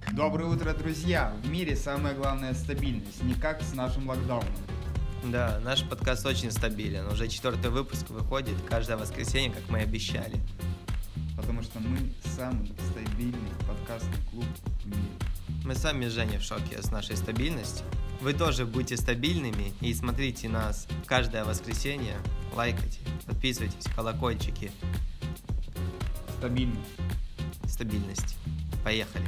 Доброе утро, друзья! В мире самая главная стабильность, не как с нашим локдауном. Да, наш подкаст очень стабилен. Уже 4-й выпуск выходит каждое воскресенье, как мы и обещали. Потому что мы самый стабильный подкастный клуб в мире. Мы сами с Женей в шоке с нашей стабильностью. Вы тоже будьте стабильными и смотрите нас каждое воскресенье. Лайкайте, подписывайтесь, колокольчики. Стабильность. Стабильность. Поехали.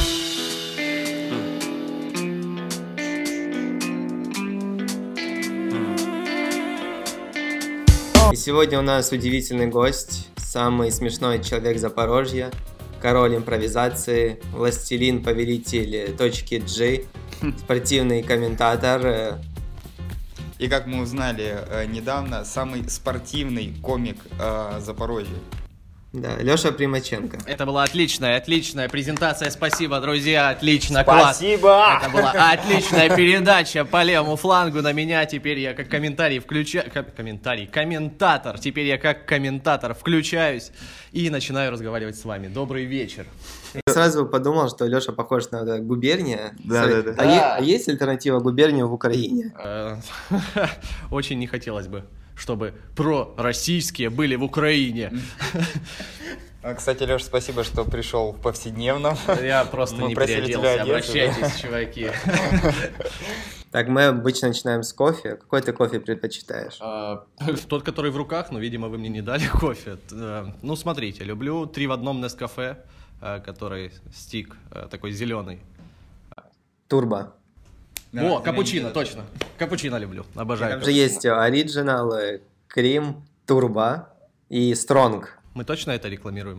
И сегодня у нас удивительный гость, самый смешной человек Запорожья, король импровизации, властелин, повелитель точки G, спортивный комментатор. И как мы узнали недавно, самый спортивный комик Запорожья. Да, Леша Примаченко. Это была отличная презентация. Спасибо, друзья. Отлично, Спасибо! класс. Это была отличная передача по левому флангу на меня. Теперь я как комментатор. Теперь я как комментатор включаюсь и начинаю разговаривать с вами. Добрый вечер. Я сразу подумал, что Леша похож на губерния. Да. А есть альтернатива губернию в Украине? Очень не хотелось бы, чтобы пророссийские были в Украине. Кстати, Леш, спасибо, что пришел в повседневном. Я просто Мы не просили тебя переоделся. одеться, Обращайтесь, чуваки. Так, мы обычно начинаем с кофе. Какой ты кофе предпочитаешь? Тот, который в руках, но, видимо, вы мне не дали кофе. Ну, смотрите, люблю 3 в одном Нескафе, который стик такой зеленый. Турбо. О, капучино, точно. Капучино люблю, обожаю. Там же есть оригинал, крем, турбо и стронг. Мы точно это рекламируем?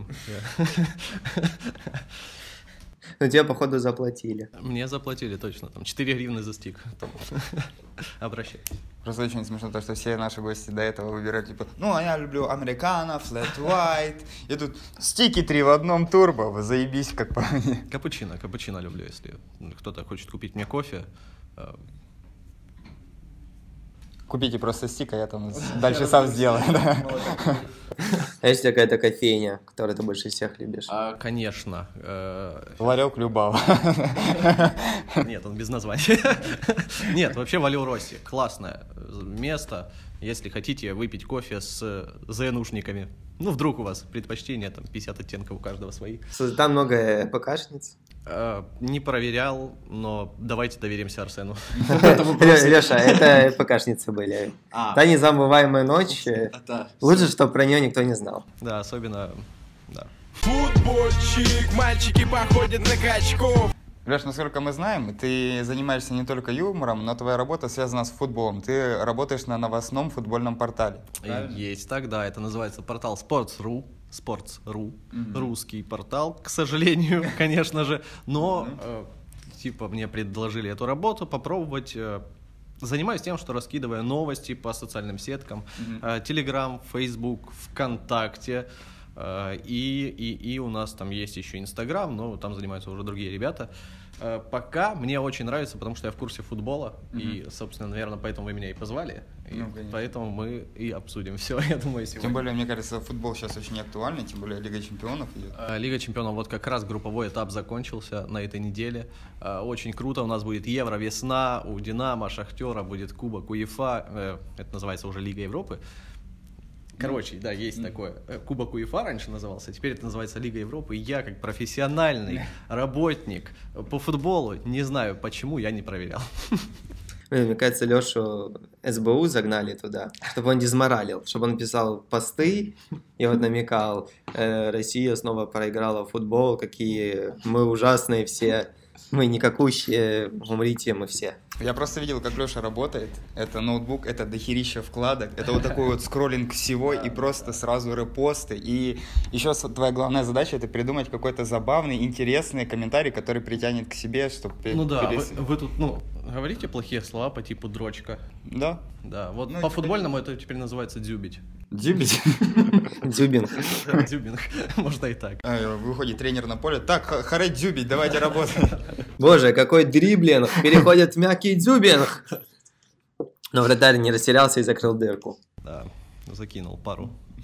Но тебе, походу, заплатили. Мне заплатили точно, там 4 гривны за стик. Обращайтесь. Просто очень смешно то, что все наши гости до этого выбирали, типа, а я люблю американо, flat white, и тут стики 3 в одном турбо, вы заебись, как по мне. Капучино люблю, если кто-то хочет купить мне кофе. Купите просто стик, а я там дальше сам сделаю. А есть какая-то кофейня, которую ты больше всех любишь? Конечно. Ларек Любава. Нет, он без названия. Нет, вообще Валю Росси. Классное место, если хотите выпить кофе с ЗНУшниками. Ну, вдруг у вас предпочтения, там 50 оттенков у каждого свои. Там много ПКшниц. Не проверял, но давайте доверимся Арсену. Леша, это ПКшницы были. Та незабываемая ночь. Лучше, чтобы про нее никто не знал. Да, особенно, да. Футбольчик, мальчики походят на качков. Леш, насколько мы знаем, ты занимаешься не только юмором, но твоя работа связана с футболом. Ты работаешь на новостном футбольном портале. Есть так, да, это называется портал Sports.ru, русский портал, к сожалению, конечно же, но мне предложили эту работу попробовать. Занимаюсь тем, что раскидываю новости по социальным сеткам, Telegram, Facebook, ВКонтакте, и у нас там есть еще Instagram, но там занимаются уже другие ребята. Пока мне очень нравится, потому что я в курсе футбола, и, собственно, наверное, поэтому вы меня и позвали, и поэтому мы и обсудим все, я думаю, сегодня. Тем более, мне кажется, футбол сейчас очень актуальный, тем более Лига Чемпионов идет. Лига Чемпионов, вот как раз групповой этап закончился на этой неделе. Очень круто, у нас будет Евро-весна, у Динамо, Шахтера будет Кубок УЕФА, это называется уже Лига Европы. Короче, да, есть такое. Кубок УЕФА раньше назывался, теперь это называется Лига Европы. И я, как профессиональный работник по футболу, не знаю, почему я не проверял. Мне кажется, Лешу СБУ загнали туда, чтобы он дезморалил, чтобы он писал посты и вот намекал, Россия снова проиграла в футбол, какие мы ужасные все, мы никакущие, умрите мы все. Я просто видел, как Леша работает. Это ноутбук, это дохерища вкладок, это вот такой вот скроллинг всего и просто сразу репосты. И еще твоя главная задача — это придумать какой-то забавный, интересный комментарий, который притянет к себе, чтобы... Ну да, вы тут, говорите плохие слова по типу дрочка. Да. Да, вот по футбольному это теперь называется дзюбить. Дзюбить? Дзюбинг. Дзюбинг, можно и так. Выходит тренер на поле. Так, харе дзюбить, давайте работаем. Боже, какой дриблинг, переходит в мягкий дзюбинг. Но вратарь не растерялся и закрыл дырку. Да, закинул пару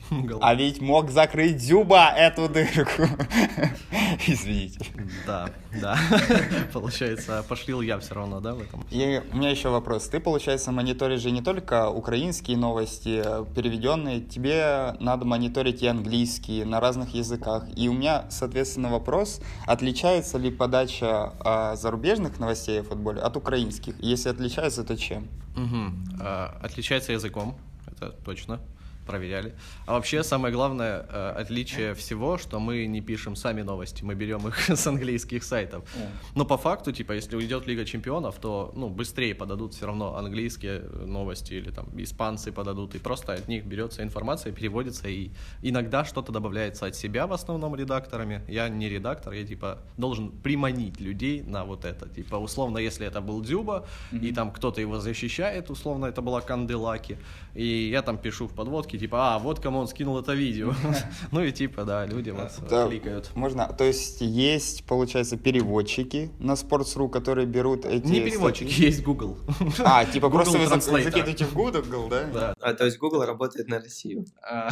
А ведь мог закрыть Дзюба эту дырку. Извините. Да. Получается, пошлил я все равно, да, в этом? И у меня еще вопрос. Ты, получается, мониторишь же не только украинские новости, переведенные, тебе надо мониторить и английские на разных языках. И у меня, соответственно, вопрос, отличается ли подача зарубежных новостей о футболе от украинских? Если отличается, то чем? Отличается языком, это точно. Проверяли. А вообще, самое главное отличие всего, что мы не пишем сами новости, мы берем их с английских сайтов. Но по факту, типа, если уйдет Лига Чемпионов, то, быстрее подадут все равно английские новости или там испанцы подадут, и просто от них берется информация, переводится, и иногда что-то добавляется от себя, в основном редакторами. Я не редактор, я, типа, должен приманить людей на вот это. Типа, условно, если это был Дзюба, и там кто-то его защищает, условно, это была Канделаки, и я там пишу в подводке, типа, вот кому он скинул это видео. Ну и типа, да, люди вот кликают. Можно, то есть, получается, переводчики на Sports.ru, которые берут эти... Не переводчики, есть Google. Типа просто вы закидываете в Google, да? Да. То есть Google работает на Россию.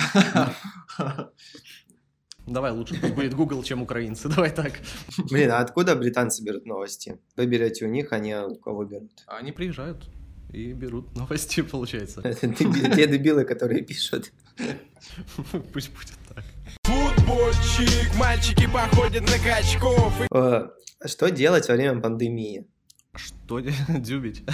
Давай лучше пусть будет Google, чем украинцы, давай так. Блин, а откуда британцы берут новости? Вы берете у них, они у кого берут? Они приезжают и берут новости, получается. Те дебилы, которые пишут. Пусть будет так. Футбольчик, мальчики походят на качков. Что делать во время пандемии? Что дзюбить?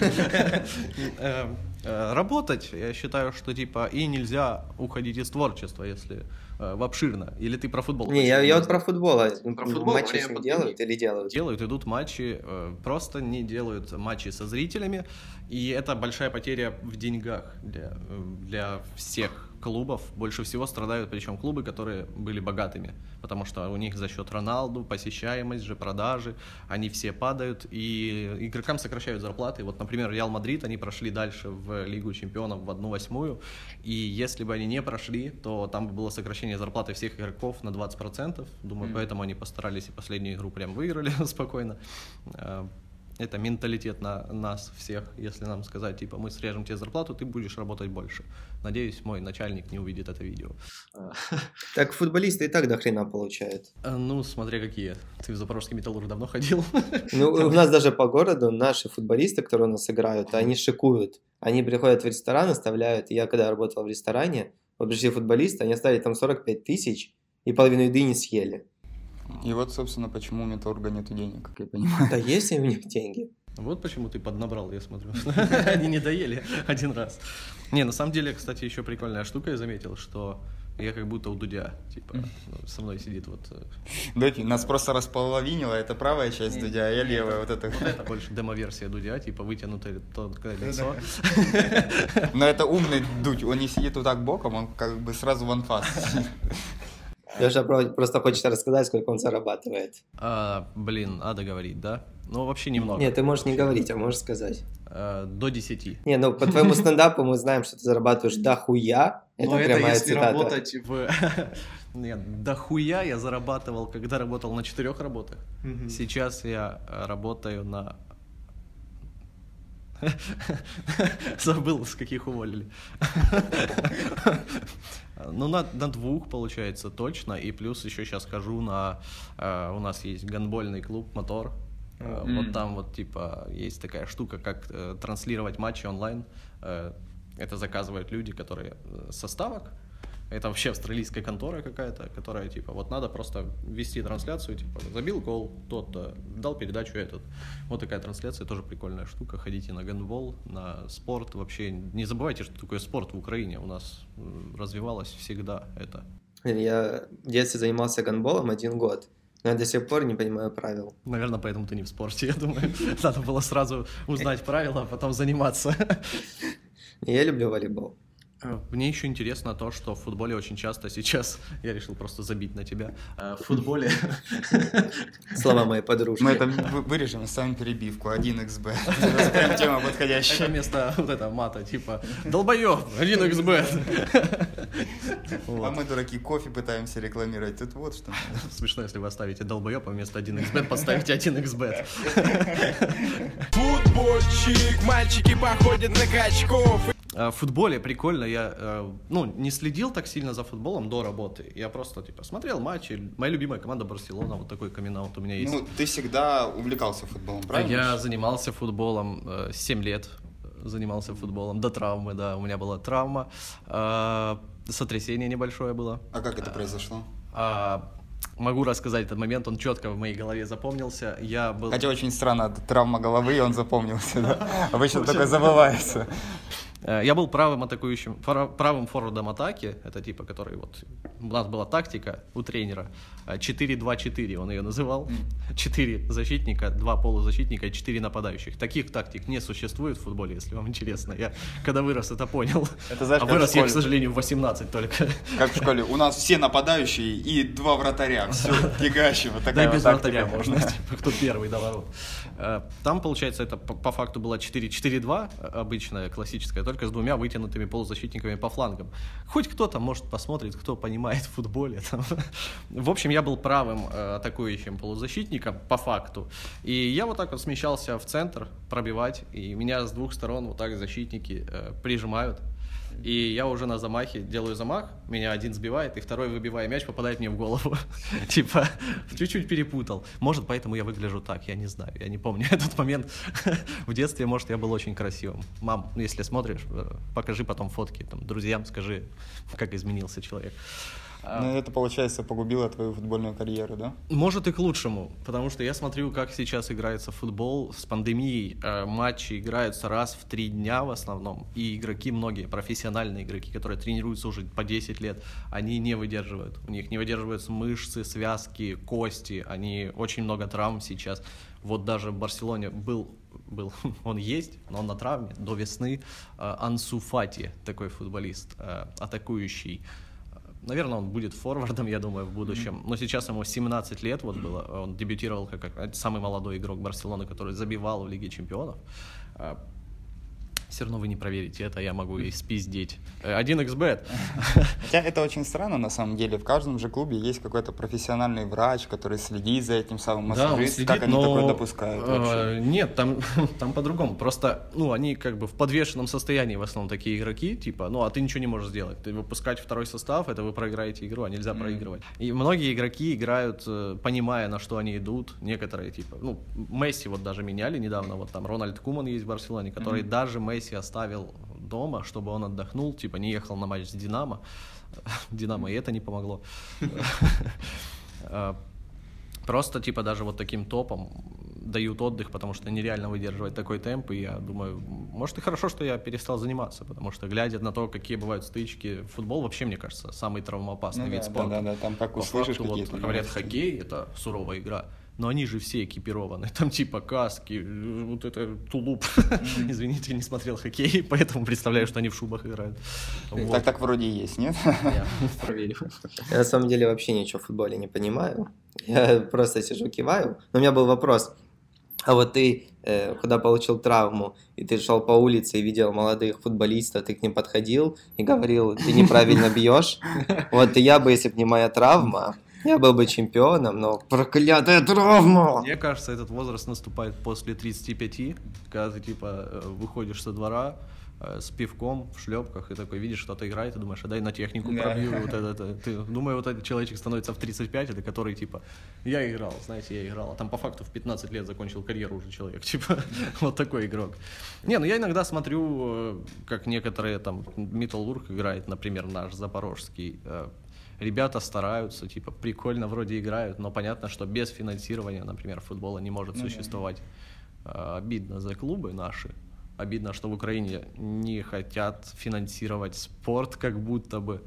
Работать, я считаю, что типа и нельзя уходить из творчества, если в обширно. Или ты про футбол? Не, я вот про футбол. Про футбол матчи делают или делают? Делают, идут матчи, просто не делают матчи со зрителями, и это большая потеря в деньгах для всех клубов. Больше всего страдают, причем клубы, которые были богатыми, потому что у них за счет Роналду, посещаемость же, продажи, они все падают, и игрокам сокращают зарплаты. Вот, например, Реал Мадрид, они прошли дальше в Лигу Чемпионов в 1/8, и если бы они не прошли, то там бы было сокращение зарплаты всех игроков на 20%. Думаю, поэтому они постарались и последнюю игру прям выиграли спокойно. Это менталитет на нас всех, если нам сказать, типа, мы срежем тебе зарплату, ты будешь работать больше. Надеюсь, мой начальник не увидит это видео. Так футболисты и так до хрена получают. Смотря какие. Ты в Запорожский Металлург давно ходил? У нас даже по городу наши футболисты, которые у нас играют, они шикуют. Они приходят в ресторан, оставляют... Я когда работал в ресторане, вот пришли футболисты, они оставили там 45 тысяч и половину еды не съели. И вот, собственно, почему у Металлурга нету денег, как я понимаю. Да есть у них деньги. Вот почему ты поднабрал, я смотрю. Они не доели один раз. Не, на самом деле, кстати, еще прикольная штука, я заметил, что я как будто у Дудя, типа, со мной сидит вот... Дудь, нас просто располовинило, это правая часть Дудя, а я левая, вот это. Вот это больше демо-версия Дудя, типа, вытянутое тонкое лицо. Но это умный Дудь, он не сидит вот так боком, он как бы сразу в анфас. Леша просто хочет рассказать, сколько он зарабатывает. Надо говорить, да? Вообще немного. Нет, ты можешь не говорить, а можешь сказать. До 10. Не, по твоему стендапу мы знаем, что ты зарабатываешь дохуя. Это прямая цитата. Работать в... Нет, дохуя я зарабатывал, когда работал на 4 работах. Сейчас я работаю на... Забыл, с каких уволили. На 2, получается, точно. И плюс еще сейчас хожу на... У нас есть гандбольный клуб «Мотор». Вот там вот, типа, есть такая штука, как транслировать матчи онлайн. Это заказывают люди, которые со ставок. Это вообще австралийская контора какая-то, которая, типа, вот надо просто вести трансляцию, типа, забил гол тот-то, дал передачу этот. Вот такая трансляция, тоже прикольная штука. Ходите на гандбол, на спорт. Вообще не забывайте, что такое спорт в Украине. У нас развивалось всегда это. Я в детстве занимался гандболом 1 год. Но я до сих пор не понимаю правил. Наверное, поэтому ты не в спорте, я думаю. Надо было сразу узнать правила, а потом заниматься. Я люблю волейбол. Мне еще интересно то, что в футболе очень часто сейчас, я решил просто забить на тебя, в футболе... Слова моей подружки. Мы это вырежем, оставим перебивку, 1xbet. Прям тема подходящая. Это вместо вот этого мата, типа, долбоёб, 1xbet. А мы, дураки, кофе пытаемся рекламировать, тут вот что. Смешно, если вы оставите долбоёб, а вместо 1xbet поставите 1xbet. Футбольчик, мальчики походят на качков. В футболе прикольно, я не следил так сильно за футболом до работы, я просто смотрел матчи, моя любимая команда Барселона, вот такой камин-аут у меня есть. Ну, ты всегда увлекался футболом, правильно? Я занимался футболом 7 лет, занимался футболом до травмы, да, у меня была травма, сотрясение небольшое было. А как это произошло? Могу рассказать этот момент, он четко в моей голове запомнился. Хотя очень странно, травма головы, и он запомнился, да? Обычно такое забывается. Я был правым форвардом атаки, это который у нас была тактика у тренера, 4-2-4 он ее называл, 4 защитника, 2 полузащитника и 4 нападающих. Таких тактик не существует в футболе, если вам интересно. Я когда вырос это понял, это, знаешь, вырос я, к сожалению, в 18 только. Как в школе, у нас все нападающие и 2 вратаря, все, фигачево. Да и без вратаря можно, кто первый до ворот. Там, получается, это по факту было 4-4-2, обычная, классическая, только с 2 вытянутыми полузащитниками по флангам. Хоть кто-то, может, посмотрит, кто понимает в футболе. В общем, я был правым атакующим полузащитником, по факту. И я вот так вот смещался в центр пробивать, и меня с 2 сторон вот так защитники прижимают. И я уже на замахе делаю замах, меня один сбивает, и второй, выбивая мяч, попадает мне в голову. Типа, чуть-чуть перепутал. Может, поэтому я выгляжу так, я не знаю, я не помню этот момент. В детстве, может, я был очень красивым. Мам, если смотришь, покажи потом фотки, друзьям скажи, как изменился человек. Ну, это, получается, погубило твою футбольную карьеру, да? Может, и к лучшему, потому что я смотрю, как сейчас играется футбол с пандемией. Матчи играются раз в 3 дня в основном, и игроки, многие профессиональные игроки, которые тренируются уже по 10 лет, они не выдерживают. У них не выдерживаются мышцы, связки, кости, они очень много травм сейчас. Вот даже в Барселоне был, он есть, но он на травме до весны. Ансу Фати, такой футболист, атакующий. Наверное, он будет форвардом, я думаю, в будущем. Но сейчас ему 17 лет вот было. Он дебютировал как самый молодой игрок Барселоны, который забивал в Лиге Чемпионов. Все равно вы не проверите это, я могу и спиздеть. 1xbet. Хотя это очень странно, на самом деле. В каждом же клубе есть какой-то профессиональный врач, который следит за этим самым массажистом. Да, как они такое допускают вообще? Нет, там по-другому. Просто, они как бы в подвешенном состоянии в основном такие игроки, а ты ничего не можешь сделать. Ты выпускать второй состав, это вы проиграете игру, а нельзя проигрывать. И многие игроки играют, понимая, на что они идут. Некоторые, Месси вот даже меняли недавно, вот там Рональд Куман есть в Барселоне, который даже Месси оставил дома, чтобы он отдохнул, не ехал на матч с Динамо. Динамо и это не помогло. Просто, даже вот таким топом дают отдых, потому что нереально выдерживать такой темп, и я думаю, может и хорошо, что я перестал заниматься, потому что, глядя на то, какие бывают стычки, футбол вообще, мне кажется, самый травмоопасный вид спорта. Да, там как услышишь какие-то... Говорят, хоккей — это суровая игра. Но они же все экипированы, там каски, вот это тулуп. Извините, не смотрел хоккей, поэтому представляю, что они в шубах играют. Вот. Так вроде и есть, нет? Я проверю. Я на самом деле вообще ничего в футболе не понимаю. Я просто сижу, киваю. Но у меня был вопрос. А вот ты, когда получил травму, и ты шел по улице и видел молодых футболистов, ты к ним подходил и говорил, ты неправильно бьешь. Вот и я бы, если бы не моя травма, я был бы чемпионом, но проклятая травма! Мне кажется, этот возраст наступает после 35, когда ты, выходишь со двора с пивком в шлепках и такой видишь, кто-то играет, и думаешь, дай на технику пробью. Ты думаю, вот этот человечек становится в 35, это который, я играл, а там по факту в 15 лет закончил карьеру уже человек, вот такой игрок. Я иногда смотрю, как некоторые, Металлург играет, например, наш запорожский. Ребята стараются, прикольно вроде играют, но понятно, что без финансирования, например, футбола не может существовать. Обидно за клубы наши. Обидно, что в Украине не хотят финансировать спорт, как будто бы.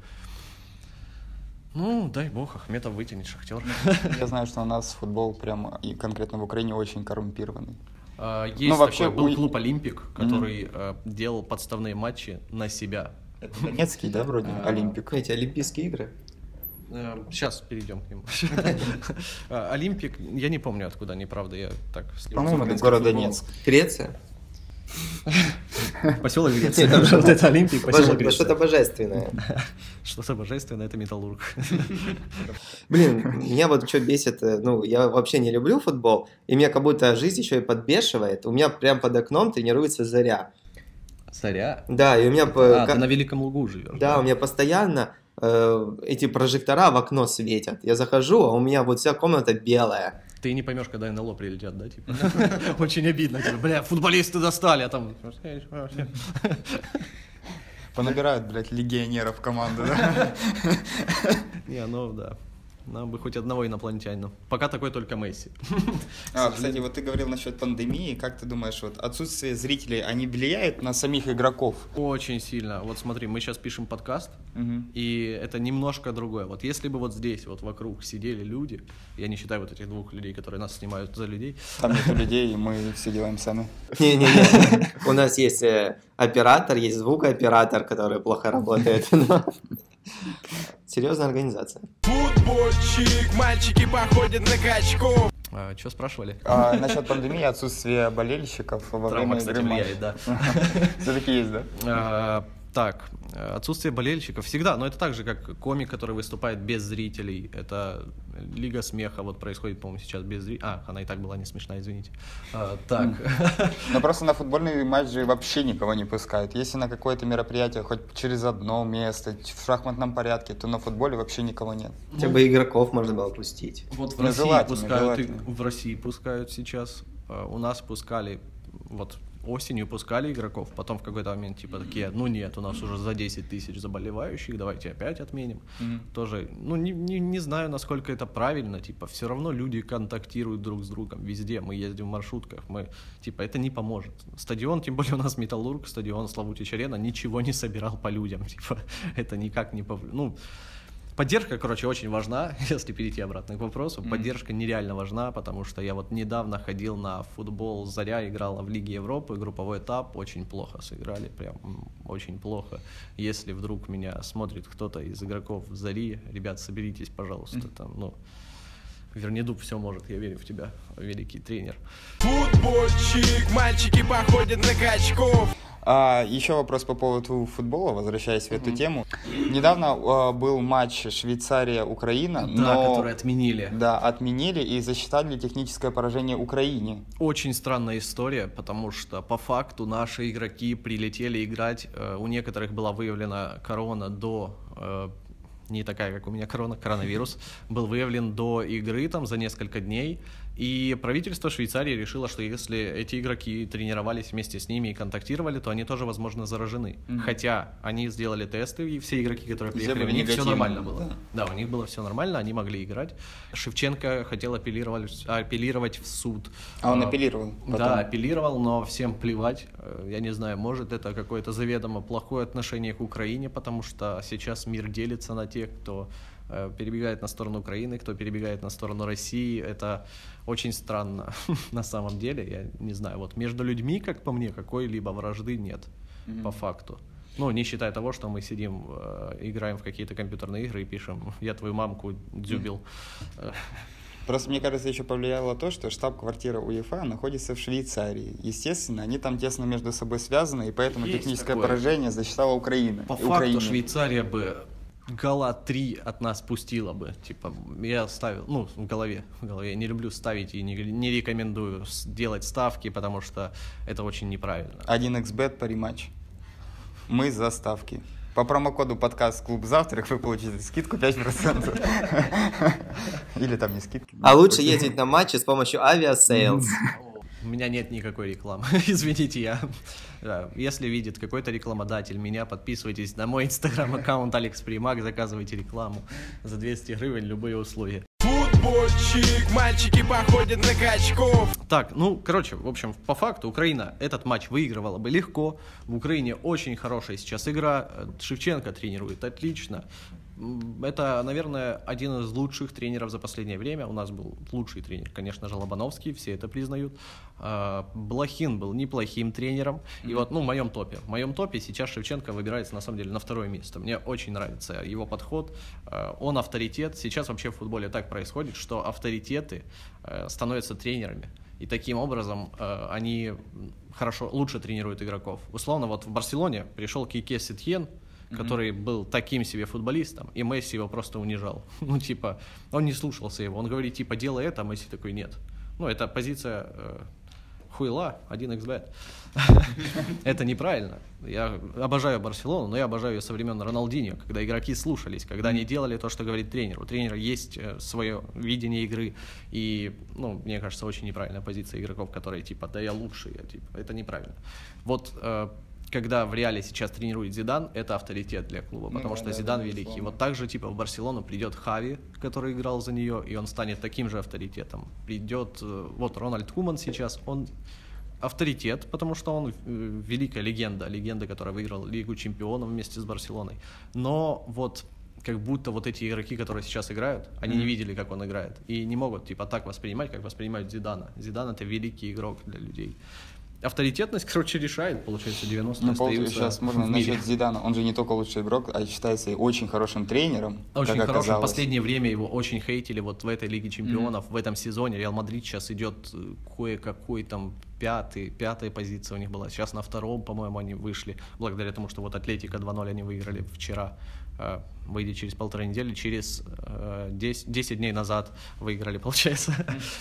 Дай бог, Ахметов вытянет Шахтер. Я знаю, что у нас футбол прям, и конкретно в Украине, очень коррумпированный. Есть вообще был клуб «Олимпик», который делал подставные матчи на себя. Это Донецкий, да, вроде, Олимпик? Эти Олимпийские игры. Сейчас перейдем к нему. Олимпик, я не помню откуда они, правда, я так... По-моему, это город Донецк. Греция? Поселок Греция. Вот это Олимпик, поселок Греция. Что-то божественное. Что-то божественное, это Металлург. Блин, меня вот что бесит, я вообще не люблю футбол, и меня как будто жизнь еще и подбешивает. У меня прям под окном тренируется Заря. Заря? Да, и у меня... Ты на Великом Лугу живешь. Да, у меня постоянно эти прожектора в окно светят. Я захожу, а у меня вот вся комната белая. Ты не поймешь, когда НЛО прилетят, да, типа? Очень обидно, типа, бля, футболисты достали, а там... Понабирают, блядь, легионеров в команду, да? Не, ну да. Нам бы хоть одного инопланетянина. Пока такой только Месси. Кстати, вот ты говорил насчет пандемии. Как ты думаешь, вот отсутствие зрителей, они влияют на самих игроков? Очень сильно. Вот смотри, мы сейчас пишем подкаст, и это немножко другое. Вот если бы вот здесь вот вокруг сидели люди, я не считаю вот этих двух людей, которые нас снимают за людей. Там нету людей, и мы все делаем сами. Не-не-не, у нас есть оператор, есть звукооператор, который плохо работает. Серьезная организация. Футбольчик, мальчики походят на качков. Что спрашивали? Насчет пандемии, отсутствие болельщиков во время Травма, кстати, игры матча. влияет, да. Все-таки есть, да? Так, отсутствие болельщиков всегда, но это так же, как комик, который выступает без зрителей. Это Лига смеха, вот происходит, по-моему, сейчас без зрителей. Она и так была не смешная, извините. Так. Но просто на футбольный матч же вообще никого не пускают. Если на какое-то мероприятие хоть через одно место, в шахматном порядке, то на футболе вообще никого нет. Хотя бы игроков можно было пустить. Вот в Ну, России желательно, пускают, желательно. в России пускают сейчас. У нас пускали, вот осенью пускали игроков, потом в какой-то момент типа такие, ну нет, у нас уже за 10 тысяч заболевающих, давайте опять отменим. Тоже, ну не знаю, насколько это правильно, типа все равно люди контактируют друг с другом везде, мы ездим в маршрутках, типа это не поможет. Стадион, тем более у нас Металлург, стадион Славутич-Арена, ничего не собирал по людям, типа это никак не повлияет. Ну, поддержка, короче, очень важна, если перейти обратно к вопросу. Поддержка нереально важна, потому что я вот недавно ходил на футбол, Заря играла в Лиге Европы, групповой этап, очень плохо сыграли, прям очень плохо. Если вдруг меня смотрит кто-то из игроков Зари, ребят, соберитесь, пожалуйста, там, ну, Вернедуб все может, я верю в тебя, великий тренер. Футбольчик, мальчики походят на качков. Еще вопрос по поводу футбола, возвращаясь в эту тему. Недавно был матч Швейцария-Украина, Да, который отменили. Да, отменили и засчитали техническое поражение Украине. Очень странная история, потому что по факту наши игроки прилетели играть, у некоторых была выявлена корона до... не такая, как у меня коронавирус, был выявлен до игры там за несколько дней, и правительство Швейцарии решило, что если эти игроки тренировались вместе с ними и контактировали, то они тоже, возможно, заражены. Хотя они сделали тесты, и все игроки, которые приехали, у них все нормально было. Да, у них было все нормально, они могли играть. Шевченко хотел апеллировать в суд. Он апеллировал? Потом. Да, апеллировал, но всем плевать. Я не знаю, может это какое-то заведомо плохое отношение к Украине, потому что сейчас мир делится на тех, кто перебегает на сторону Украины, кто перебегает на сторону России. Это очень странно на самом деле. Я не знаю, вот между людьми, как по мне, какой-либо вражды нет по факту. Ну, не считая того, что мы сидим, играем в какие-то компьютерные игры и пишем «Я твою мамку дзюбил». Просто, мне кажется, еще повлияло то, что штаб-квартира УЕФА находится в Швейцарии. Естественно, они там тесно между собой связаны, и поэтому Есть техническое такое. поражение засчитала Украина. По факту Швейцария бы гола 3 от нас пустила бы. Типа, я ставил, ну, в голове. Я не люблю ставить и не рекомендую делать ставки, потому что это очень неправильно. 1xbet по рематч. Мы за ставки. По промокоду подкаст «Клуб Завтрак» вы получите скидку 5%. Или там не скидки. А лучше ездить на матчи с помощью авиасейлс. У меня нет никакой рекламы. Извините, если видит какой-то рекламодатель меня, подписывайтесь на мой инстаграм-аккаунт Алекс Примак, заказывайте рекламу за 200 гривен, любые услуги. Футбольчик, мальчики походят на качков. Так, ну, короче, в общем, по факту Украина этот матч выигрывала бы легко. В Украине очень хорошая сейчас игра. Шевченко тренирует отлично. Это, наверное, один из лучших тренеров за последнее время. У нас был лучший тренер, конечно же, Лобановский, все это признают. Блохин был неплохим тренером. И вот, ну, в моем топе сейчас Шевченко выбирается, на самом деле, на второе место. Мне очень нравится его подход. Он авторитет. Сейчас вообще в футболе так происходит, что авторитеты становятся тренерами. И таким образом они лучше тренируют игроков. Условно, вот в Барселоне пришел Кике Сетьен, который был таким себе футболистом, и Месси его просто унижал. Ну, типа, он не слушался его. Он говорит, типа, делай это, а Месси такой, нет. Ну, это позиция хуйла, 1xbet. Это неправильно. Я обожаю Барселону, но я обожаю ее со времен Роналдиньо, когда игроки слушались, когда они делали то, что говорит тренер. У тренера есть свое видение игры, и, ну, мне кажется, очень неправильная позиция игроков, которые типа, да я лучший, это неправильно. Вот когда в Реале сейчас тренирует Зидан, это авторитет для клуба, потому что Зидан великий. Вот так же типа в Барселону придет Хави, который играл за нее, и он станет таким же авторитетом. Придет вот Рональд Куман сейчас, он авторитет, потому что он великая легенда, которая выиграла Лигу Чемпионов вместе с Барселоной. Но вот как будто вот эти игроки, которые сейчас играют, они не видели, как он играет, и не могут типа так воспринимать, как воспринимают Зидана. Зидан — это великий игрок для людей. Авторитетность, короче, решает, получается, 90 остаются. Сейчас можно насчет Зидана. Он же не только лучший игрок, а считается и очень хорошим тренером. Очень как хорошим. В оказалось. последнее время его очень хейтили вот в этой Лиге Чемпионов, в этом сезоне. Реал Мадрид сейчас идет кое-какой там пятая позиция у них была. Сейчас на втором, по-моему, они вышли. Благодаря тому, что вот Атлетико 2-0 они выиграли вчера. Выйдя через 1,5 недели, через 10 дней назад выиграли, получается.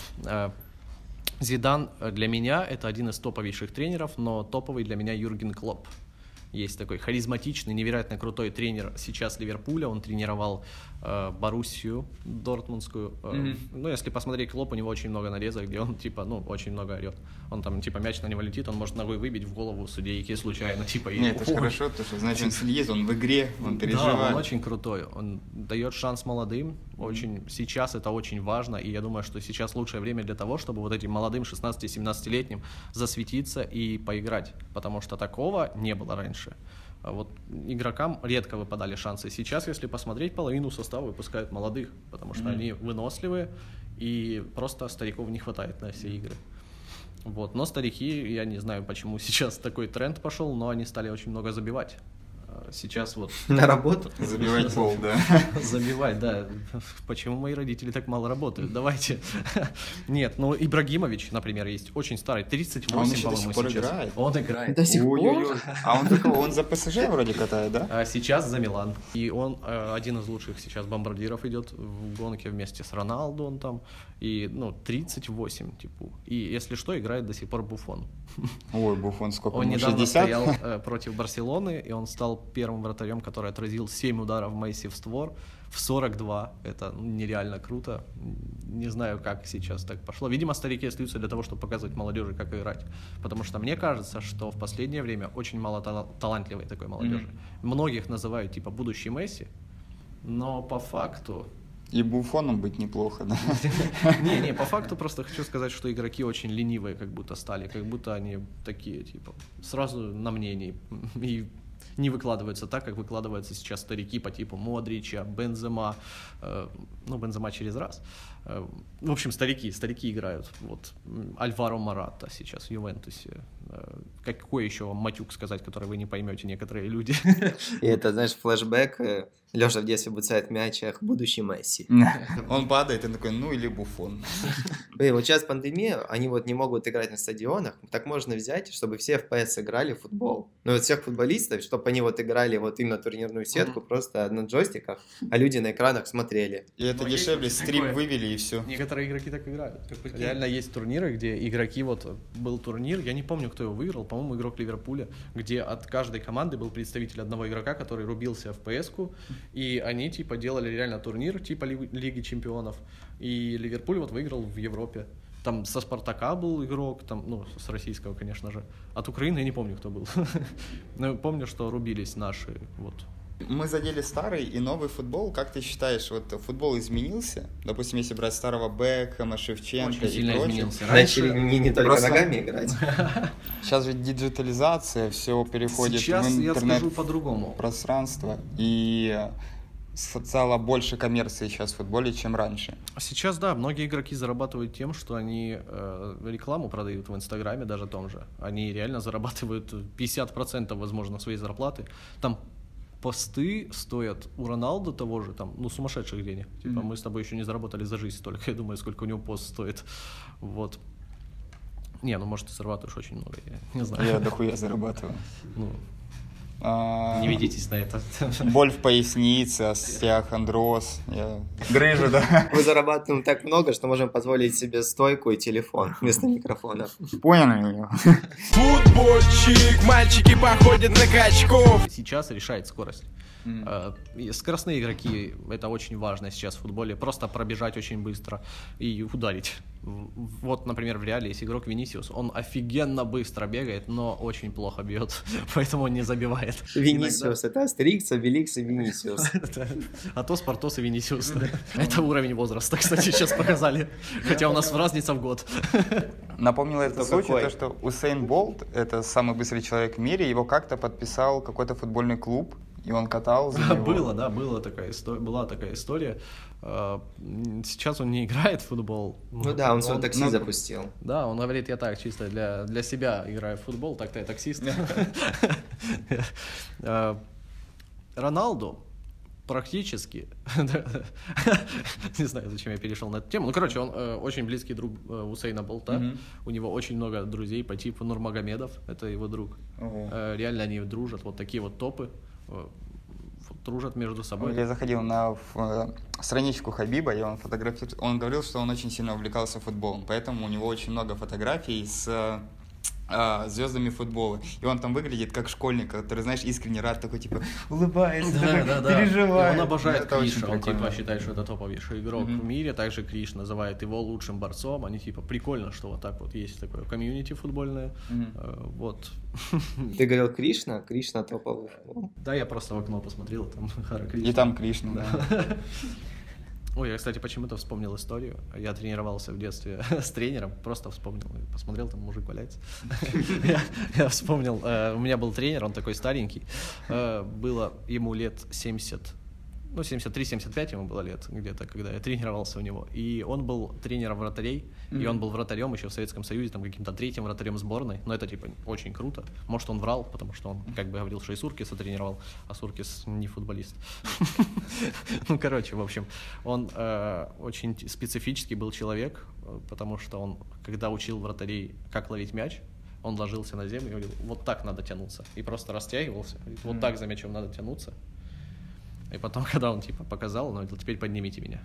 Зидан для меня это один из топовейших тренеров, но топовый для меня Юрген Клопп. Есть такой харизматичный, невероятно крутой тренер сейчас Ливерпуля. Он тренировал Боруссию Дортмундскую. Ну, если посмотреть Клопп, у него очень много нарезок, где он, типа, ну, очень много орет. Он там, типа, мяч на него летит, он может ногой выбить в голову судейки случайно, типа... Нет, это же хорошо, потому что, значит, он следит, он в игре, он переживает. Да, он очень крутой. Он дает шанс молодым. Очень, сейчас это очень важно, и я думаю, что сейчас лучшее время для того, чтобы вот этим молодым 16-17-летним засветиться и поиграть, потому что такого не было раньше. Вот игрокам редко выпадали шансы. Сейчас, если посмотреть, половину состава выпускают молодых, потому что они выносливые, и просто стариков не хватает на все игры. Вот. Но старики, я не знаю, почему сейчас такой тренд пошел, но они стали очень много забивать. Сейчас вот... На работу? Забивать пол, да. Забивать, да. Почему мои родители так мало работают? Давайте. Нет, ну Ибрагимович, например, есть очень старый, 38, по-моему, сейчас. Играет. Он играет. До сих пор? А он за ПСЖ вроде катает, да? А сейчас за Милан. И он один из лучших сейчас бомбардиров идет в гонке вместе с Роналду, он там. И, ну, 38, типа. И, если что, играет до сих пор Буфон. Ой, Буфон сколько? Он ему, недавно 60? стоял против Барселоны, и он стал первым вратарем, который отразил 7 ударов Месси в створ в 42. Это нереально круто. Не знаю, как сейчас так пошло. Видимо, старики остаются для того, чтобы показывать молодежи, как играть. Потому что мне кажется, что в последнее время очень мало талантливой такой молодежи. Многих называют типа будущий Месси, но по факту... И Буфоном быть неплохо, да? Не, по факту просто хочу сказать, что игроки очень ленивые как будто стали, как будто они такие, типа, сразу на мнении и не выкладываются так, как выкладываются сейчас старики по типу Модрича, Бензема, ну, Бензема через раз. В общем, старики играют. Вот Альваро Мората сейчас в Ювентусе. Какой еще вам матюк сказать, который вы не поймете, некоторые люди? И это, знаешь, флешбэк. Леша в детстве бросает мяч, ах, будущий Месси. Он падает и такой, ну или Буфон. Блин, вот сейчас пандемия, они вот не могут играть на стадионах, так можно взять, чтобы все FPS играли в футбол. Ну вот всех футболистов, чтобы они вот играли вот именно турнирную сетку просто на джойстиках, а люди на экранах смотрели. И это Но дешевле, есть стрим такое. вывели и все. Некоторые игроки так играют. Реально есть турниры, где игроки, вот был турнир, я не помню, кто его выиграл, по-моему, игрок Ливерпуля, где от каждой команды был представитель одного игрока, который рубился в PS-ку, и они типа делали реально турнир типа Лиги Чемпионов, и Ливерпуль вот выиграл в Европе. Там со Спартака был игрок, там, ну, с российского, конечно же. От Украины я не помню, кто был. Но помню, что рубились наши, вот. Мы задели старый и новый футбол. Как ты считаешь, вот футбол изменился? Допустим, если брать старого Бекхэма, Шевченко Очень и сильно прочих. изменился. Начали не только Просто- ногами играть. Сейчас же диджитализация, все переходит Сейчас в я интернет скажу по-другому. пространство, и стало больше коммерции сейчас в футболе, чем раньше. Сейчас, да, многие игроки зарабатывают тем, что они рекламу продают в Инстаграме даже том же. Они реально зарабатывают 50%, возможно, своей зарплаты. Там посты стоят у Роналду того же, там, ну, сумасшедших денег. Типа, мы с тобой еще не заработали за жизнь столько, я думаю, сколько у него пост стоит. Вот. Не, ну, может, ты зарабатываешь очень много, я не знаю. Я дохуя зарабатываю. Ну, Не ведитесь на это. Боль в пояснице, остеохондроз, грыжа, да. Мы зарабатываем так много, что можем позволить себе стойку и телефон вместо микрофона. Понял меня? Футбольчик, мальчики походят на качков. Сейчас решает скорость. И скоростные игроки, это очень важно сейчас в футболе, просто пробежать очень быстро и ударить. Вот, например, в Реале есть игрок Винисиус, он офигенно быстро бегает, но очень плохо бьет, поэтому он не забивает. Винисиус, это Астерикс, Обеликс и Винисиус. Атос, Портос и Винисиус. Это уровень возраста, кстати, сейчас показали, хотя у нас разница в год. Напомнил этот случай, какой? то, что Усейн Болт, это самый быстрый человек в мире, его как-то подписал какой-то футбольный клуб, и он катал за него. Была такая история. Сейчас он не играет в футбол. Ну да, он свой такси запустил. Да, он говорит, я так чисто для себя играю в футбол, так-то я таксист. Роналду практически, не знаю, зачем я перешел на эту тему, ну, короче, он очень близкий друг Усейна Болта, у него очень много друзей по типу Нурмагомедов, это его друг, реально они дружат, вот такие вот топы, дружат между собой. Я заходил на страничку Хабиба, и он говорил, что он очень сильно увлекался футболом, поэтому у него очень много фотографий с звездами футбола. И он там выглядит как школьник, который, знаешь, искренне рад, такой, типа, улыбается, переживает. Он обожает это Криш, он, прикольно. типа, считает, что это топовейший игрок в мире, также Криш называет его лучшим борцом, они, типа, прикольно, что вот так вот есть такое комьюнити футбольное, вот. Ты говорил Кришна? Кришна топовый. Да, я просто в окно посмотрел, там Хара Кришна. И там Кришна, да. Ой, я, кстати, почему-то вспомнил историю. Я тренировался в детстве с тренером, просто вспомнил, посмотрел, там мужик валяется. Я вспомнил, у меня был тренер, он такой старенький, было ему лет 70, ну, 73-75 ему было лет где-то, когда я тренировался у него. И он был тренером вратарей, и он был вратарем еще в Советском Союзе, там каким-то третьим вратарем сборной. Но это, типа, очень круто. Может, он врал, потому что он, как бы, говорил, что и Суркиса тренировал, а Суркис не футболист. Ну, короче, в общем, он очень специфический был человек, потому что он, когда учил вратарей, как ловить мяч, он ложился на землю и говорил, вот так надо тянуться. И просто растягивался, говорит, вот так за мячом надо тянуться. И потом, когда он, типа, показал, он говорил, теперь поднимите меня.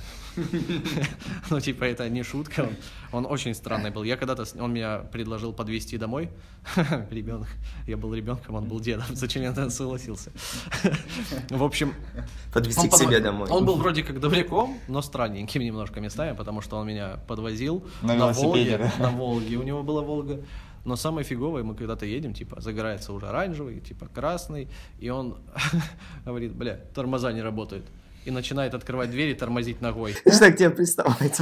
Ну, типа, это не шутка, он очень странный был. Я когда-то, он меня предложил подвезти домой, ребенок, я был ребенком, он был дедом, зачем я согласился? В общем... Подвезти к себе домой. Он был вроде как добряком, но странненьким немножко местами, потому что он меня подвозил на Волге, на Волге, у него была Волга. Но самое фиговое, мы когда-то едем, типа, загорается уже оранжевый, типа, красный, и он говорит, бля, тормоза не работают. И начинает открывать дверь и тормозить ногой. Что так тебе представить?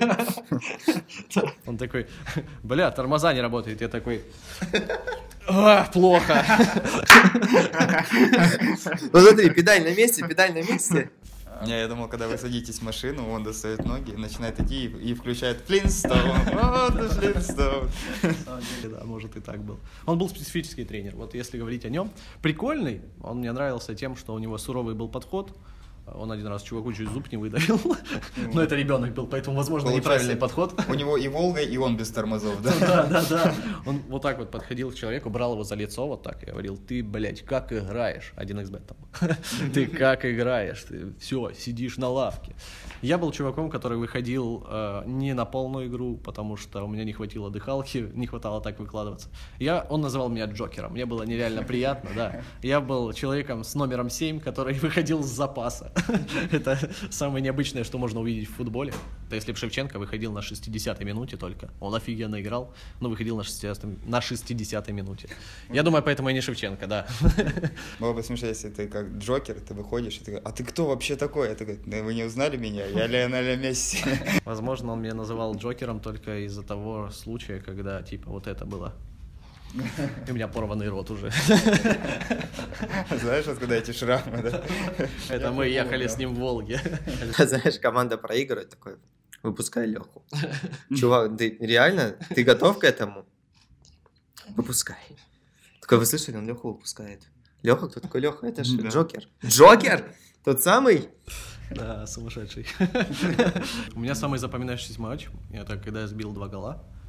Он такой, бля, тормоза не работают. Я такой, плохо. Ну смотри, педаль на месте. Я думал, когда вы садитесь в машину, он достает ноги, начинает идти и включает Флинстоун. Вот Флинстоун. Да, может, и так был. Он был специфический тренер. Вот если говорить о нем, прикольный. Он мне нравился тем, что у него суровый был подход. Он один раз чуваку чуть зуб не выдавил. Но это ребенок был, поэтому, возможно, неправильный подход. У него и Волга, и он без тормозов, да? Да. Он вот так вот подходил к человеку, брал его за лицо вот так и говорил, ты, блядь, как играешь? 1xbet там. Ты как играешь? Ты все, сидишь на лавке. Я был чуваком, который выходил не на полную игру, потому что у меня не хватило дыхалки, не хватало так выкладываться. Он называл меня Джокером, мне было нереально приятно, да. Я был человеком с номером 7, который выходил с запаса. Это самое необычное, что можно увидеть в футболе. Это если бы Шевченко выходил на 60-й минуте только. Он офигенно играл, но выходил на 60-й минуте. Я думаю, поэтому и не Шевченко, да. Было бы смешно, если ты как Джокер, ты выходишь и ты говоришь, а ты кто вообще такой? Я такой, да вы не узнали меня? Я Лионель Месси. Возможно, он меня называл Джокером только из-за того случая, когда, типа, вот это было. И у меня порванный рот уже. Знаешь, откуда эти шрамы, да? Это мы ехали с ним в Волге. Знаешь, команда проигрывает, такой, выпускай Леху. Чувак, ты реально, ты готов к этому? Выпускай. Такой, вы слышали, он Леху выпускает. Леха, кто такой Леха? Это же Джокер. Джокер? Тот самый? Да, сумасшедший. У меня самый запоминающийся матч, это когда я сбил 2 гола.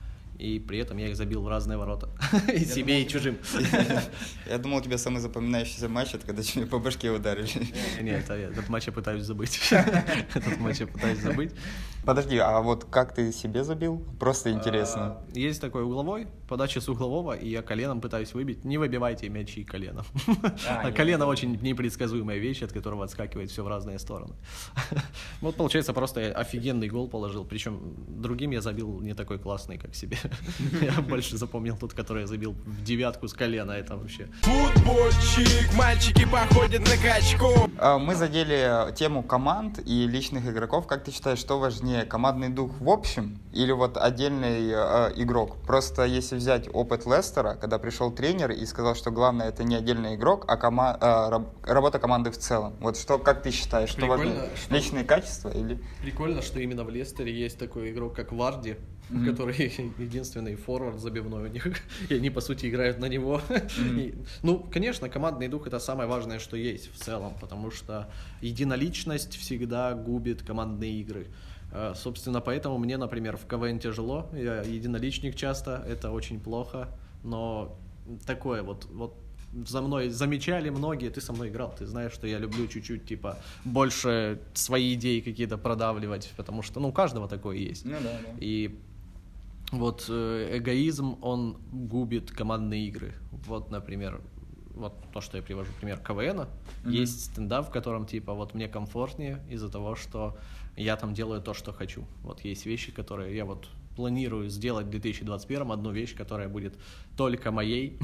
и при этом я их забил в разные ворота. И себе, и чужим. Я думал, у тебя самый запоминающийся матч, это когда тебе по башке ударили. Нет, этот матч я пытаюсь забыть. Этот матч я пытаюсь забыть. Подожди, а вот как ты себе забил? Просто интересно. Есть такой угловой, подача с углового, и я коленом пытаюсь выбить. Не выбивайте мячи коленом. Колено очень непредсказуемая вещь, от которого отскакивает все в разные стороны. Вот получается, просто я офигенный гол положил. Причем другим я забил не такой классный, как себе. Я больше запомнил тот, который я забил в девятку с колена. Это вообще... Футбольчик, мальчики походят на качков. Мы задели тему команд и личных игроков. Как ты считаешь, что важнее, командный дух в общем или вот отдельный игрок? Просто если взять опыт Лестера, когда пришел тренер и сказал, что главное это не отдельный игрок, а работа команды в целом. Вот что, как ты считаешь, что важнее? Личные качества или... Прикольно, что именно в Лестере есть такой игрок, как Варди, который единственный форвард забивной у них, и они, по сути, играют на него. Ну, конечно, командный дух — это самое важное, что есть в целом, потому что единоличность всегда губит командные игры. Собственно, поэтому мне, например, в КВН тяжело, я единоличник часто, это очень плохо, но такое вот за мной замечали многие, ты со мной играл, ты знаешь, что я люблю чуть-чуть, типа, больше свои идеи какие-то продавливать, потому что, ну, у каждого такое есть. Ну, да. И вот эгоизм, он губит командные игры. Вот, например, вот то, что я привожу пример КВНа, есть стендап, в котором, типа, вот мне комфортнее из-за того, что я там делаю то, что хочу. Вот есть вещи, которые я вот планирую сделать в 2021, одну вещь, которая будет только моей.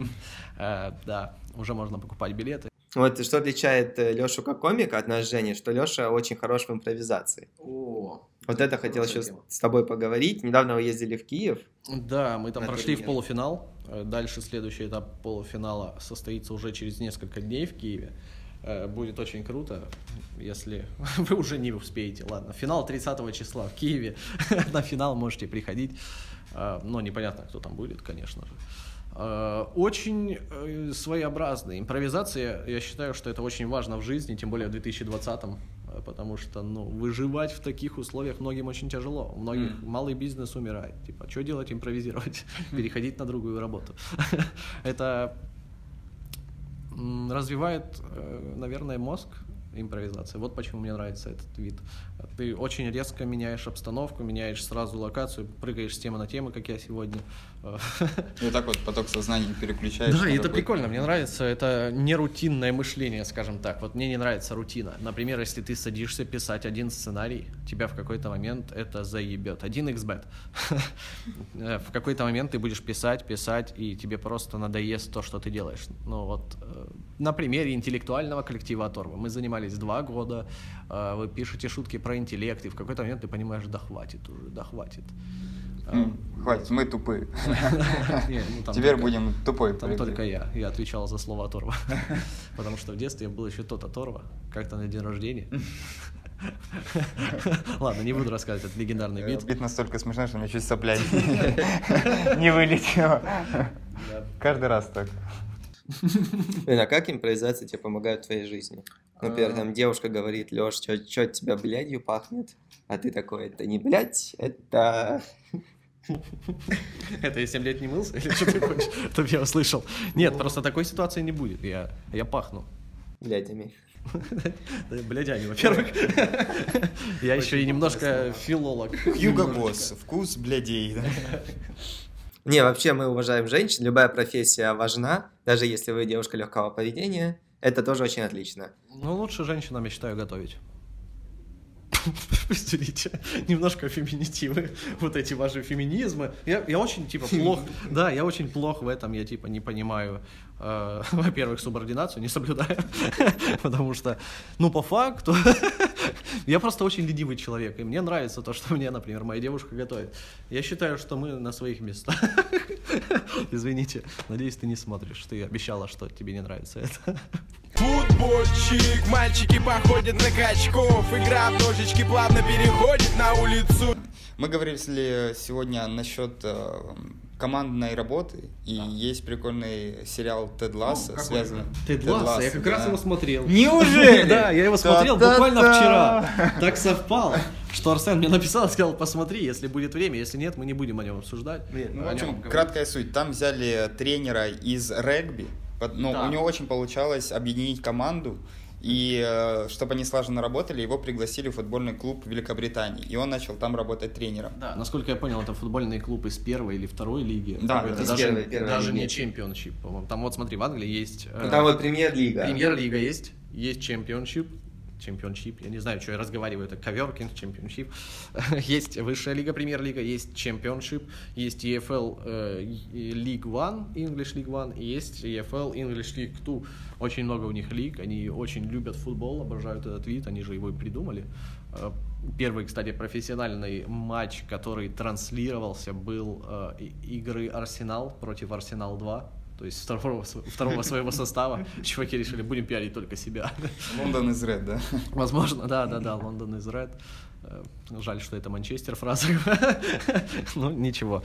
Да, уже можно покупать билеты. Вот что отличает Лешу как комика от нас с Женей, что Леша очень хорош в импровизации. Вот это хотел еще с тобой поговорить. Недавно вы ездили в Киев. Да, мы там прошли в полуфинал. Дальше следующий этап полуфинала состоится уже через несколько дней в Киеве. Будет очень круто, если вы уже не успеете. Ладно, финал 30 числа в Киеве. На финал можете приходить. Но непонятно, кто там будет, конечно же. Очень своеобразная импровизация. Я считаю, что это очень важно в жизни, тем более в 2020-м. Потому что, выживать в таких условиях многим очень тяжело. У многих малый бизнес умирает. Типа, что делать? Импровизировать. Переходить на другую работу. Это развивает, наверное, мозг, импровизация. Вот почему мне нравится этот вид. Ты очень резко меняешь обстановку, меняешь сразу локацию, прыгаешь с темы на тему, как я сегодня. И так вот поток сознания переключаешь. Да, это прикольно, мне нравится. Это не рутинное мышление, скажем так. Вот мне не нравится рутина. Например, если ты садишься писать один сценарий, тебя в какой-то момент это заебет. 1xbet. В какой-то момент ты будешь писать, и тебе просто надоест то, что ты делаешь. Ну вот, на примере интеллектуального коллектива Оторва. Мы занимались 2 года, вы пишете шутки про интеллект, и в какой-то момент ты понимаешь, да хватит уже, да хватит. Хватит, мы тупые. Теперь будем тупой. Там только я отвечал за слово Оторва. Потому что в детстве я был еще тот Оторва, как-то на день рождения. Ладно, не буду рассказывать, это легендарный бит. Бит настолько смешной, что мне чуть сопля не вылетела. Каждый раз так. А как импровизация тебе помогает в твоей жизни? Например, там девушка говорит: Лёш, что от тебя блядью пахнет? А ты такой: это не блядь, это... Это я 7 лет не мылся? Или что ты хочешь, чтобы я услышал? Нет, просто такой ситуации не будет. Я пахну. Блядями. Да, блядями, во-первых. Я еще и немножко филолог. Хьюго Босс, вкус блядей. Не, вообще мы уважаем женщин, любая профессия важна, даже если вы девушка легкого поведения, это тоже очень отлично. Ну, лучше женщинам, я считаю, готовить. Извините, немножко феминитивы, вот эти ваши феминизмы. Я очень, плох, да, я очень плох в этом, я, не понимаю, во-первых, субординацию не соблюдаю, потому что, по факту, я просто очень ленивый человек, и мне нравится то, что мне, например, моя девушка готовит. Я считаю, что мы на своих местах. Извините, надеюсь, ты не смотришь, ты обещала, что тебе не нравится это. Футбольчик, мальчики походят на качков. Игра в ножички плавно переходит на улицу. Мы говорили сегодня насчет командной работы, и есть прикольный сериал «Тед Лассо», связанный... Тед Лассо, я как раз его смотрел. Неужели? Да, я его смотрел буквально вчера. Так совпало, что Арсен мне написал, сказал, посмотри, если будет время, если нет, мы не будем о нем обсуждать. Ну, в общем, краткая суть. Там взяли тренера из регби, но у него очень получалось объединить команду, и чтобы они слаженно работали, его пригласили в футбольный клуб Великобритании, и он начал там работать тренером. Да, насколько я понял, это футбольный клуб из первой или второй лиги. Да, это даже не чемпионшип, по-моему. Там вот смотри, в Англии есть... Там вот премьер-лига. Премьер-лига есть чемпионшип, я не знаю, что я разговариваю, это коверкинг, чемпионшип. Есть высшая лига, премьер-лига, есть чемпионшип, есть EFL League One, English League One, и есть EFL English League Two. Очень много у них лиг, они очень любят футбол, обожают этот вид, они же его и придумали. Первый, кстати, профессиональный матч, который транслировался, был игры Арсенал против Арсенал 2. То есть второго своего состава. Чуваки решили, будем пиарить только себя. Лондон is red, да? Возможно, да, Лондон is red. Жаль, что это Манчестер фраза. Ну, ничего.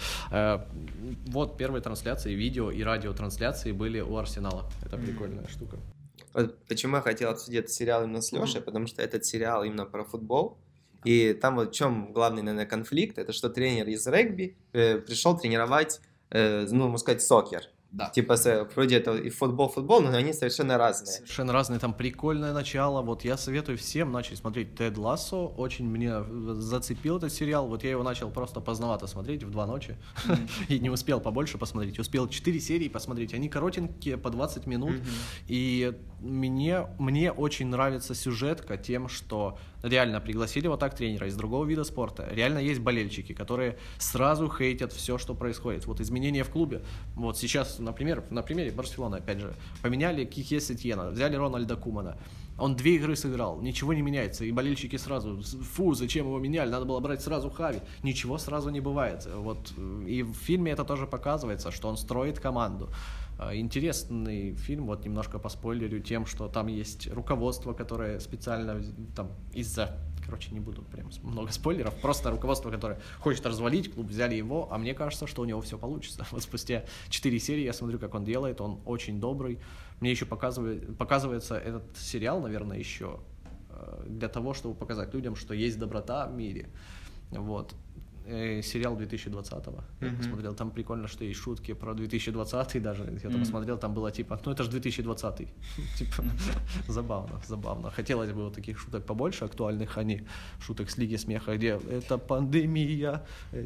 Вот первые трансляции, видео и радиотрансляции были у Арсенала. Это прикольная штука. Вот почему я хотел обсудить этот сериал именно с Лешей, потому что этот сериал именно про футбол. И там вот в чем главный, наверное, конфликт, это что тренер из регби пришел тренировать, ну, можно сказать, сокер. Да. Типа, вроде это и футбол, но они совершенно разные. Совершенно разные, там прикольное начало. Вот я советую всем начать смотреть Тед Лассо. Очень меня зацепил этот сериал. Вот я его начал просто поздновато смотреть в 2 ночи. И не успел побольше посмотреть. Успел 4 серии посмотреть. Они коротенькие, по 20 минут. И мне очень нравится сюжетка тем, что реально пригласили вот так тренера из другого вида спорта. Реально есть болельщики, которые сразу хейтят все, что происходит. Вот изменения в клубе. Вот сейчас, например, на примере Барселоны, опять же, поменяли Кике Сетьена, взяли Рональда Кумана. Он 2 игры сыграл, ничего не меняется. И болельщики сразу, фу, зачем его меняли, надо было брать сразу Хави. Ничего сразу не бывает. Вот. И в фильме это тоже показывается, что он строит команду. Интересный фильм, вот немножко поспойлерю тем, что там есть руководство, которое специально там из-за... Короче, не буду прям много спойлеров, просто руководство, которое хочет развалить клуб, взяли его, а мне кажется, что у него все получится. Вот спустя 4 серии я смотрю, как он делает, он очень добрый. Мне еще показывается этот сериал, наверное, еще для того, чтобы показать людям, что есть доброта в мире. Вот. Сериал 2020-го. Я посмотрел, там прикольно, что есть шутки про 2020-й даже. Я там посмотрел, там было типа, ну это же 2020-й. Типа, забавно. Хотелось бы вот таких шуток побольше, актуальных, а не шуток с Лиги Смеха, где это пандемия.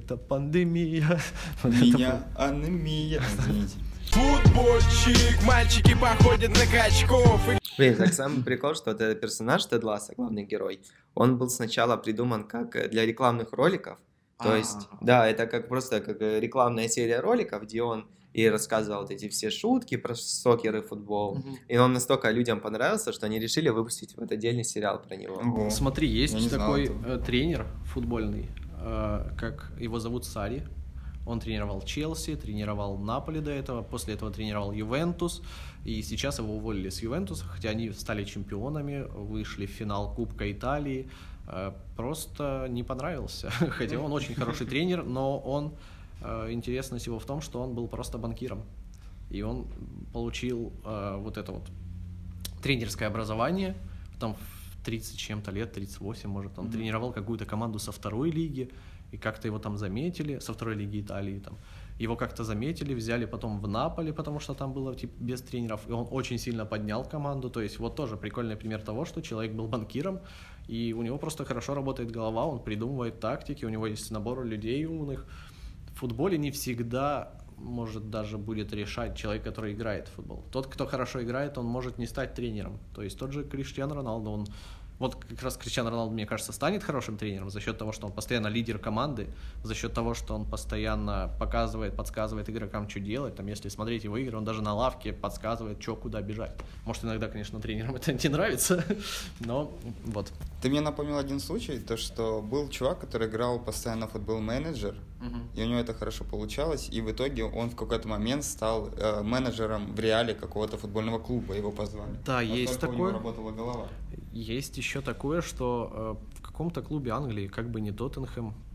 Меня анемия. Извините. Футбольчик, мальчики походят на качков. Блин, так самый прикол, что вот этот персонаж Тед Лассо, главный герой, он был сначала придуман как для рекламных роликов. То есть, да, это как просто как рекламная серия роликов, где он и рассказывал вот эти все шутки про сокер и футбол. И он настолько людям понравился, что они решили выпустить вот отдельный сериал про него. Ого. Смотри, есть такой этого. тренер футбольный, как его зовут Сарри. Он тренировал Челси, тренировал Наполи до этого, после этого тренировал Ювентус, и сейчас его уволили с Ювентуса, хотя они стали чемпионами, вышли в финал Кубка Италии. Просто не понравился, хотя он очень хороший тренер, но он, интересность его в том, что он был просто банкиром, и он получил вот это вот тренерское образование, там в 30 чем-то лет, 38, может, он тренировал какую-то команду со второй лиги, и как-то его там заметили, со второй лиги Италии там, его как-то заметили, взяли потом в Наполи, потому что там было типа без тренеров, и он очень сильно поднял команду, то есть вот тоже прикольный пример того, что человек был банкиром, и у него просто хорошо работает голова, он придумывает тактики, у него есть набор людей умных. В футболе не всегда, может, даже будет решать человек, который играет в футбол. Тот, кто хорошо играет, он может не стать тренером. То есть тот же Криштиану Роналду, он... Вот как раз Криштиану Роналду, мне кажется, станет хорошим тренером за счет того, что он постоянно лидер команды, за счет того, что он постоянно показывает, подсказывает игрокам, что делать. Там, если смотреть его игры, он даже на лавке подсказывает, что, куда бежать. Может, иногда, конечно, тренерам это не нравится, но вот. Ты мне напомнил один случай, то что был чувак, который играл постоянно в Football Manager, и у него это хорошо получалось, и в итоге он в какой-то момент стал менеджером в Реале какого-то футбольного клуба, его позвали. Да, есть такое. У него работала голова. Есть еще такое, что в каком-то клубе Англии, как бы не Тоттенхэм,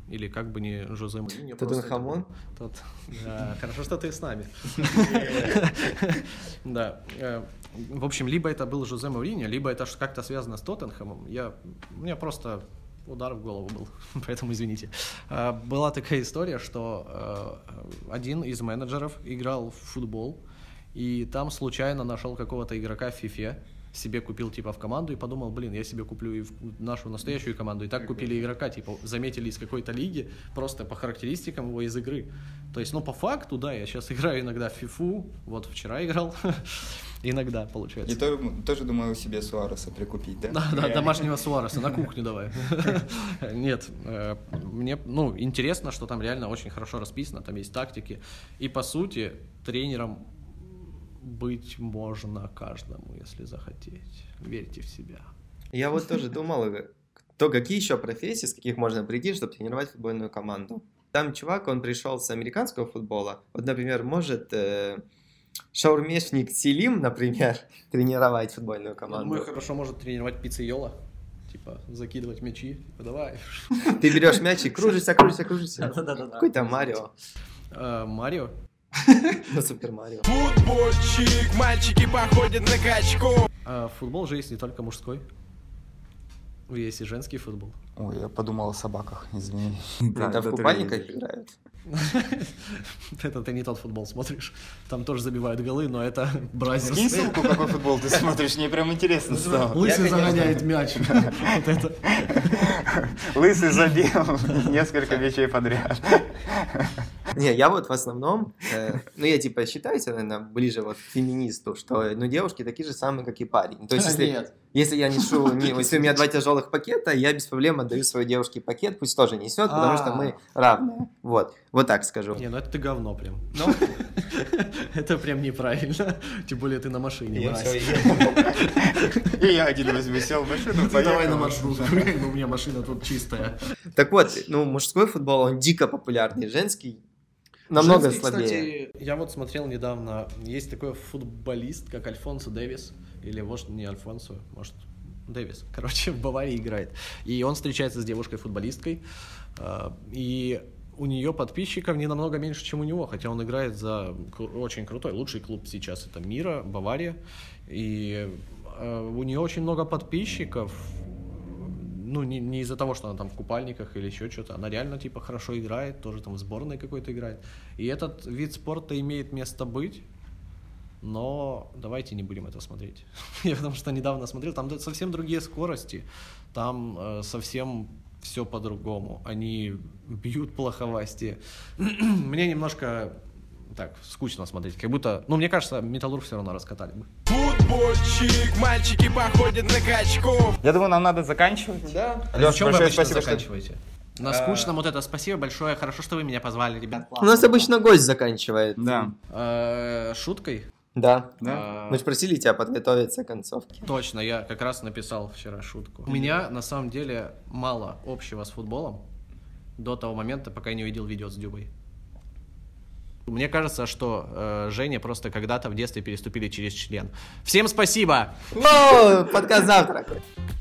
или как бы не Жозе Мourinho. Тоттенхамон? Да, хорошо, что ты с нами. Да. В общем, либо это был Жозе Мourinho, либо это как-то связано с Тоттенхэмом. У меня просто удар в голову был, поэтому извините. Была такая история, что один из менеджеров играл в футбол, и там случайно нашел какого-то игрока в фифе, себе купил типа в команду и подумал, блин, я себе куплю и в нашу настоящую команду. И так купили игрока, типа заметили из какой-то лиги, просто по характеристикам его из игры. То есть, по факту, да, я сейчас играю иногда в фифу, вот вчера играл, иногда получается. И тоже думаю себе Суареса прикупить, да? Да, домашнего Суареса, на кухню давай. Нет, мне, интересно, что там реально очень хорошо расписано, там есть тактики. И по сути, тренером быть можно каждому, если захотеть. Верьте в себя. Я вот тоже думал, какие еще профессии, с каких можно прийти, чтобы тренировать футбольную команду. Там чувак, он пришел с американского футбола. Вот, например, может шаурмешник Селим, например, тренировать футбольную команду. Думаю, хорошо может тренировать пиццейола. Типа, закидывать мячи. Типа, давай. Ты берешь мяч и кружишься. Какой-то Марио. Марио? Ну, Супер Марио. Футбольчик, мальчики походят на качков. Футбол же есть не только мужской. Есть и женский футбол. Ой, я подумал о собаках, извини. Это в купальниках играют. Это ты не тот футбол смотришь. Там тоже забивают голы, но это бразерс. Скинь ссылку, какой футбол ты смотришь, мне прям интересно стало. Лысый загоняет мяч. Вот это. Лысый забил несколько мячей подряд. Не, я вот в основном, я типа считаюсь, наверное, ближе вот к феминисту, что девушки такие же самые, как и парень. То есть, если я нешу, если у меня 2 тяжелых пакета, я без проблем отдаю своей девушке пакет, пусть тоже несет, потому что мы равные. Вот так скажу. Не, это ты говно прям. Это прям неправильно. Тем более ты на машине. И я один возьму, сел в машину, давай на маршрутку. У меня машина тут чистая. Так вот, мужской футбол, он дико популярный, женский намного слабее. Кстати, я вот смотрел недавно, есть такой футболист, как Альфонсо Дэвис, или может не Альфонсо, может Дэвис, короче, в Баварии играет. И он встречается с девушкой-футболисткой, и у нее подписчиков не намного меньше, чем у него, хотя он играет за очень крутой, лучший клуб сейчас это мира, Бавария, и у нее очень много подписчиков. Не из-за того, что она там в купальниках или еще что-то. Она реально, типа, хорошо играет, тоже там в сборной какой-то играет. И этот вид спорта имеет место быть, но давайте не будем это смотреть. Я потому что недавно смотрел, там совсем другие скорости, там совсем все по-другому. Они бьют плоховасти. Мне немножко... так, скучно смотреть, как будто, мне кажется, Металлург все равно раскатали бы. Футбольчик, мальчики походят на качков. Я думаю, нам надо заканчивать. Да. Лёш, Чем вы большое обычно спасибо, заканчиваете? На скучном вот это спасибо большое, хорошо, что вы меня позвали, ребят. У нас обычно гость заканчивает. Да. Шуткой? Да. Да? Мы же просили тебя подготовиться к концовке. Точно, я как раз написал вчера шутку. У меня, на самом деле, мало общего с футболом до того момента, пока я не увидел видео с Дюбой. Мне кажется, что Женя просто когда-то в детстве переступили через член. Всем спасибо! Подкаст «Завтрак».